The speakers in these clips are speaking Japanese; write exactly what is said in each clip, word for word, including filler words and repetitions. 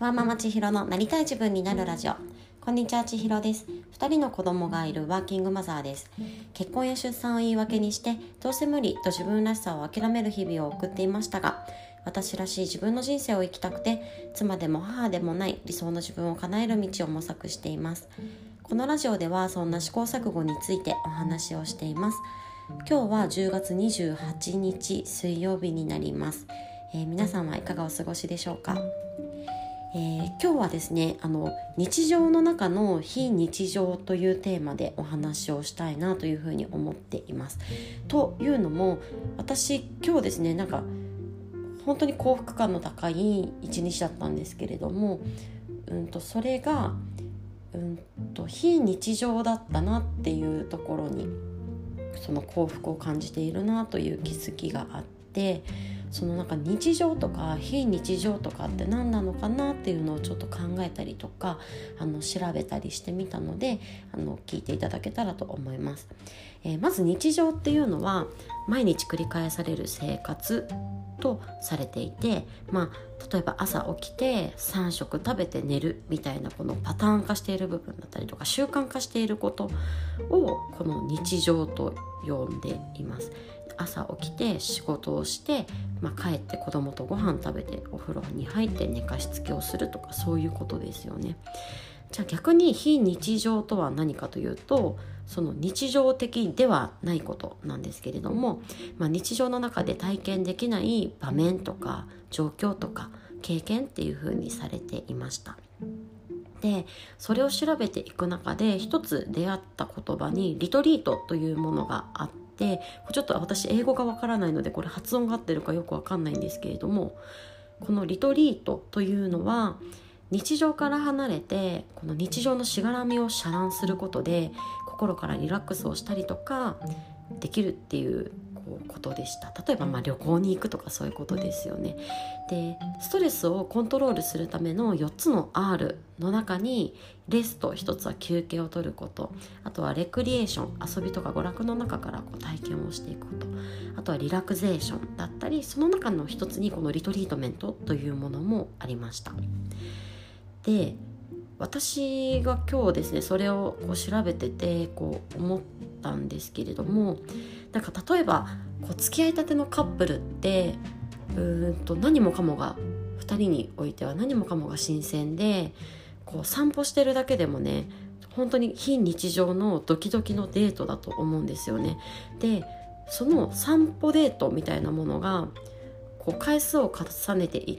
ワーママ千尋のなりたい自分になるラジオ。こんにちは、千尋です。ふたりの子供がいるワーキングマザーです。結婚や出産を言い訳にしてどうせ無理と自分らしさを諦める日々を送っていましたが、私らしい自分の人生を生きたくて、妻でも母でもない理想の自分を叶える道を模索しています。このラジオではそんな試行錯誤についてお話をしています。今日はじゅうがつにじゅうはちにち水曜日になります。えー、皆さんはいかがお過ごしでしょうか。えー、今日はですねあの日常の中の非日常というテーマでお話をしたいなというふうに思っています。というのも、私今日ですねなんか本当に幸福感の高い一日だったんですけれども、うんとそれが、うんと非日常だったなっていうところにその幸福を感じているなという気づきがあって、そのなんか日常とか非日常とかって何なのかなっていうのをちょっと考えたりとかあの調べたりしてみたので、あの聞いていただけたらと思います。えー、まず日常っていうのは毎日繰り返される生活とされていて、まあ、例えば朝起きてさん食食べて寝るみたいなこのパターン化している部分だったりとか習慣化していることをこの日常と呼んでいます。朝起きて仕事をして、まあ、帰って子供とご飯食べてお風呂に入って寝かしつけをするとか、そういうことですよね。じゃあ逆に非日常とは何かというと、その日常的ではないことなんですけれども、まあ、日常の中で体験できない場面とか状況とか経験っていう風にされていました。でそれを調べていく中で一つ出会った言葉にリトリートというものがあって、ちょっと私英語がわからないのでこれ発音が合ってるかよくわかんないんですけれども、このリトリートというのは日常から離れてこの日常のしがらみを遮断することで心からリラックスをしたりとかできるっていうことでした。例えばまあ旅行に行くとかそういうことですよね。でストレスをコントロールするためのよっつの アール の中にレスト、一つは休憩を取ること、あとはレクリエーション、遊びとか娯楽の中からこう体験をしていくこと、あとはリラクゼーションだったり、その中の一つにこのリトリートメントというものもありました。で私が今日ですねそれをこう調べててこう思ったんですけれども、なんか例えばこう付き合いたてのカップルってうーんと何もかもがふたりにおいては何もかもが新鮮で、こう散歩してるだけでもね本当に非日常のドキドキのデートだと思うんですよね。でその散歩デートみたいなものがこう回数を重ねていって、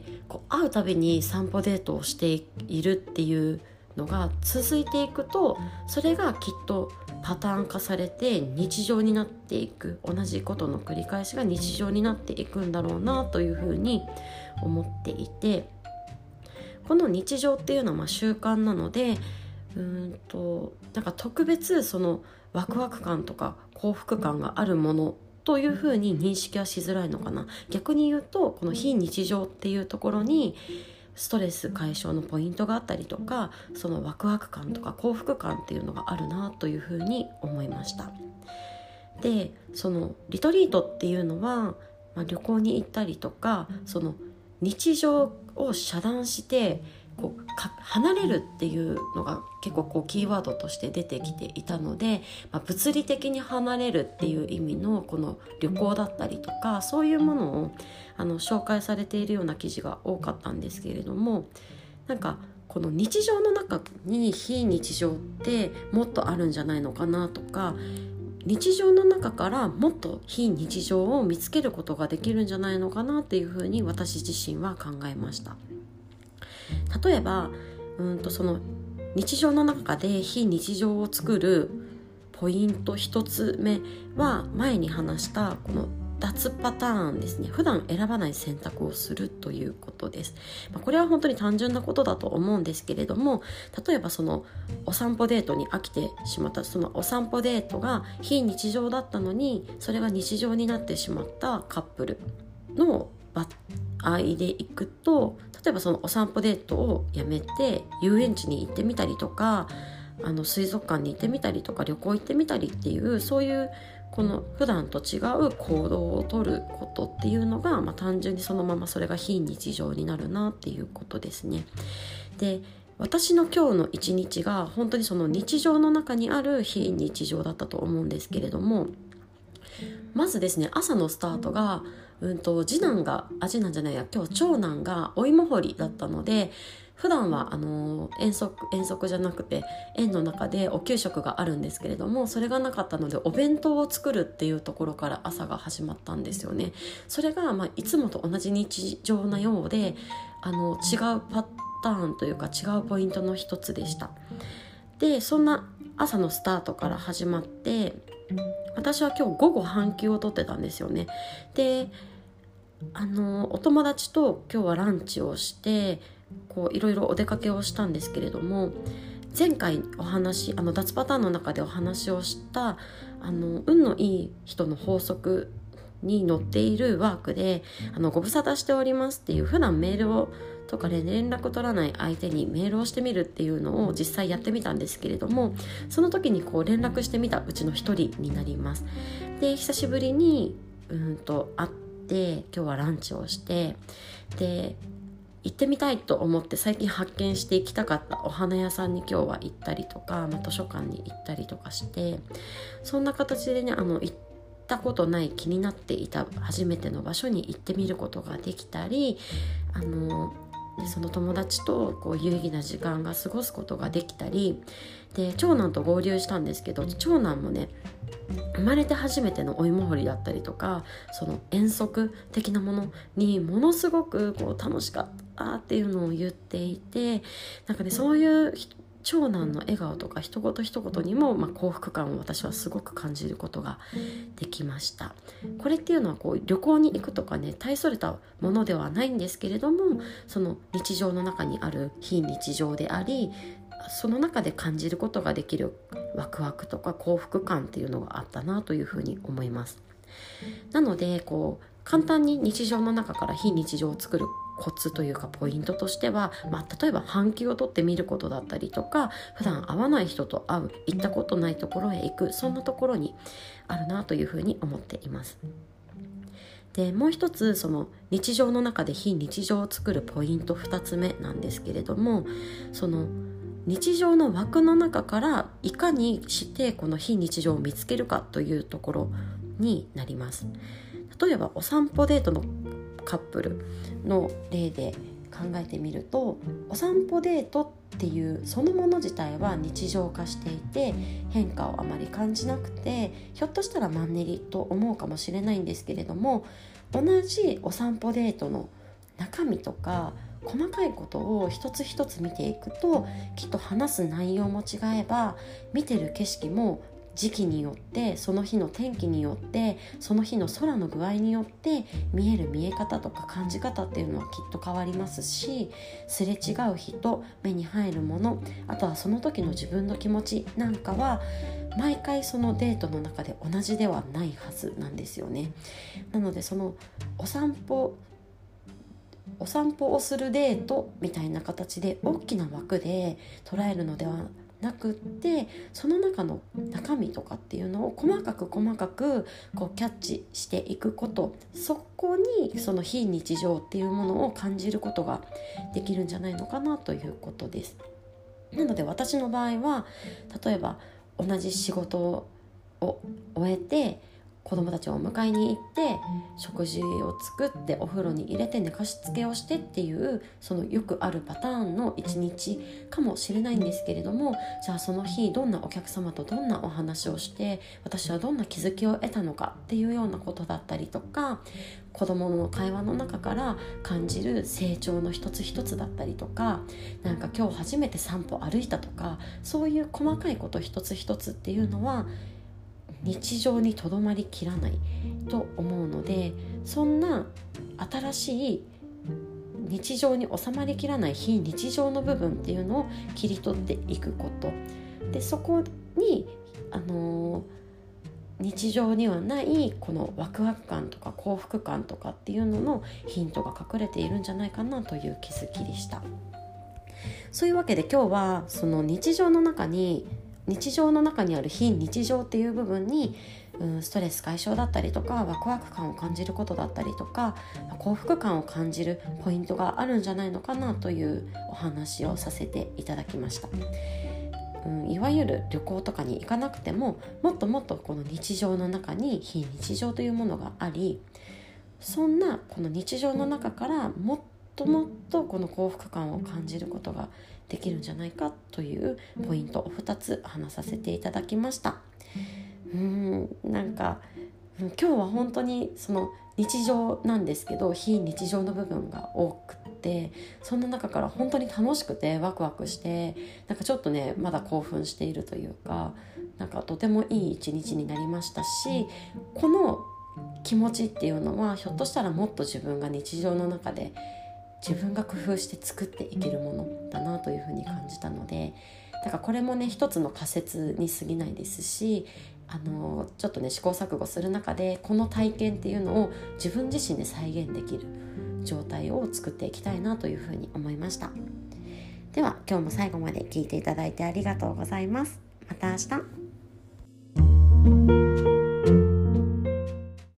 こう会うたびに散歩デートをしているっていうのが続いていくと、それがきっとパターン化されて日常になっていく、同じことの繰り返しが日常になっていくんだろうなというふうに思っていて、この日常っていうのはまあ習慣なので、うーんとなんか特別そのワクワク感とか幸福感があるものというふうに認識はしづらいのかな。逆に言うとこの非日常っていうところにストレス解消のポイントがあったりとか、そのワクワク感とか幸福感っていうのがあるなというふうに思いました。でそのリトリートっていうのは、まあ、旅行に行ったりとかその日常を遮断してこうか離れるっていうのが結構こうキーワードとして出てきていたので、まあ、物理的に離れるっていう意味のこの旅行だったりとかそういうものをあの紹介されているような記事が多かったんですけれども、なんかこの日常の中に非日常ってもっとあるんじゃないのかなとか、日常の中からもっと非日常を見つけることができるんじゃないのかなっていうふうに私自身は考えました。例えばうんとその日常の中で非日常を作るポイント一つ目は前に話したこの脱パターンですね。普段選ばない選択をするということです。まあ、これは本当に単純なことだと思うんですけれども、例えばそのお散歩デートに飽きてしまった、そのお散歩デートが非日常だったのにそれが日常になってしまったカップルの場合でいくと、例えばそのお散歩デートをやめて遊園地に行ってみたりとか、あの水族館に行ってみたりとか旅行行ってみたりっていうそういうこの普段と違う行動をとることっていうのが、まあ、単純にそのままそれが非日常になるなっていうことですね。で、私の今日の一日が本当にその日常の中にある非日常だったと思うんですけれども、まずですね、朝のスタートがうんと次男があ次男じゃないや今日長男がお芋掘りだったので、普段はあの遠足遠足じゃなくて園の中でお給食があるんですけれども、それがなかったのでお弁当を作るっていうところから朝が始まったんですよね。それが、まあ、いつもと同じ日常なようで、あの違うパターンというか違うポイントの一つでした。で、そんな朝のスタートから始まって、私は今日午後半休を取ってたんですよね。で、あのお友達と今日はランチをしてこういろいろお出かけをしたんですけれども、前回お話あの脱パターンの中でお話をしたあの運のいい人の法則に載っているワークで、あのご無沙汰しておりますっていう普段メールをとかで連絡取らない相手にメールをしてみるっていうのを実際やってみたんですけれども、その時にこう連絡してみたうちの一人になります。で、久しぶりにうんと会って今日はランチをして、で行ってみたいと思って最近発見して行きたかったお花屋さんに今日は行ったりとか、まあ、図書館に行ったりとかして、そんな形でね、あの行ったことない気になっていた初めての場所に行ってみることができたり、あのでその友達とこう有意義な時間が過ごすことができたりで、長男と合流したんですけど、長男もね生まれて初めてのお芋掘りだったりとか、その遠足的なものにものすごくこう楽しかったっていうのを言っていて、なんかね、そういう長男の笑顔とか一言一言にも、まあ、幸福感を私はすごく感じることができました。これっていうのはこう旅行に行くとかね、大それたものではないんですけれども、その日常の中にある非日常であり、その中で感じることができるワクワクとか幸福感っていうのがあったなというふうに思います。なのでこう簡単に日常の中から非日常を作るコツというかポイントとしては、まあ、例えば半休を取ってみることだったりとか、普段会わない人と会う、行ったことないところへ行く、そんなところにあるなというふうに思っています。で、もう一つその日常の中で非日常を作るポイントふたつめなんですけれども、その日常の枠の中からいかにしてこの非日常を見つけるかというところになります。例えばお散歩デートのカップルの例で考えてみると、お散歩デートっていうそのもの自体は日常化していて変化をあまり感じなくて、ひょっとしたらマンネリと思うかもしれないんですけれども、同じお散歩デートの中身とか細かいことを一つ一つ見ていくと、きっと話す内容も違えば見てる景色も時期によって、その日の天気によって、その日の空の具合によって見える見え方とか感じ方っていうのはきっと変わりますし、すれ違う人、目に入るもの、あとはその時の自分の気持ちなんかは毎回そのデートの中で同じではないはずなんですよね。なのでそのお散歩お散歩をするデートみたいな形で大きな枠で捉えるのではなくって、その中の中身とかっていうのを細かく細かくこうキャッチしていくこと、そこにその非日常っていうものを感じることができるんじゃないのかなということです。なので私の場合は、例えば同じ仕事を終えて子供たちをお迎えに行って食事を作ってお風呂に入れて寝かしつけをしてっていう、そのよくあるパターンの一日かもしれないんですけれども、じゃあその日どんなお客様とどんなお話をして私はどんな気づきを得たのかっていうようなことだったりとか、子供の会話の中から感じる成長の一つ一つだったりとか、なんか今日初めて散歩歩いたとか、そういう細かいこと一つ一つっていうのは日常にとどまりきらないと思うので、そんな新しい日常に収まりきらない非日常の部分っていうのを切り取っていくことで、そこにあのー、日常にはないこのワクワク感とか幸福感とかっていうののヒントが隠れているんじゃないかなという気づきでした。そういうわけで今日はその日常の中に日常の中にある非日常っていう部分にうん、ストレス解消だったりとかワクワク感を感じることだったりとか幸福感を感じるポイントがあるんじゃないのかなというお話をさせていただきました。うん、いわゆる旅行とかに行かなくてももっともっとこの日常の中に非日常というものがあり、そんなこの日常の中からもっともっとこの幸福感を感じることができるんじゃないかというポイントをふたつ話させていただきました。うーんなんか今日は本当にその日常なんですけど非日常の部分が多くて、そんな中から本当に楽しくてワクワクして、なんかちょっとねまだ興奮しているというか、なんかとてもいい一日になりましたし、この気持ちっていうのはひょっとしたらもっと自分が日常の中で自分が工夫して作っていけるものだなというふうに感じたので、だからこれもね一つの仮説に過ぎないですし、あのちょっとね試行錯誤する中でこの体験っていうのを自分自身で再現できる状態を作っていきたいなというふうに思いました。では今日も最後まで聞いていただいてありがとうございます。また明日。